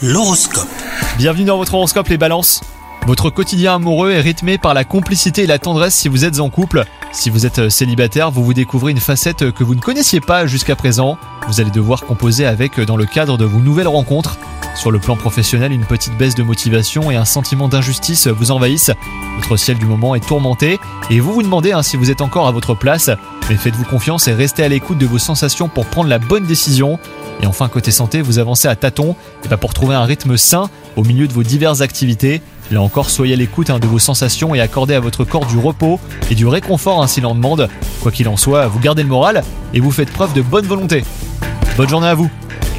L'horoscope. Bienvenue dans votre horoscope les balances. Votre quotidien amoureux est rythmé par la complicité et la tendresse si vous êtes en couple. Si vous êtes célibataire, vous découvrez une facette que vous ne connaissiez pas jusqu'à présent. Vous allez devoir composer avec dans le cadre de vos nouvelles rencontres. Sur le plan professionnel, une petite baisse de motivation et un sentiment d'injustice vous envahissent. Votre ciel du moment est tourmenté et vous vous demandez si vous êtes encore à votre place. Mais faites-vous confiance et restez à l'écoute de vos sensations pour prendre la bonne décision. Et enfin, côté santé, vous avancez à tâtons pour trouver un rythme sain au milieu de vos diverses activités. Là encore, soyez à l'écoute de vos sensations et accordez à votre corps du repos et du réconfort s'il en demande. Quoi qu'il en soit, vous gardez le moral et vous faites preuve de bonne volonté. Bonne journée à vous.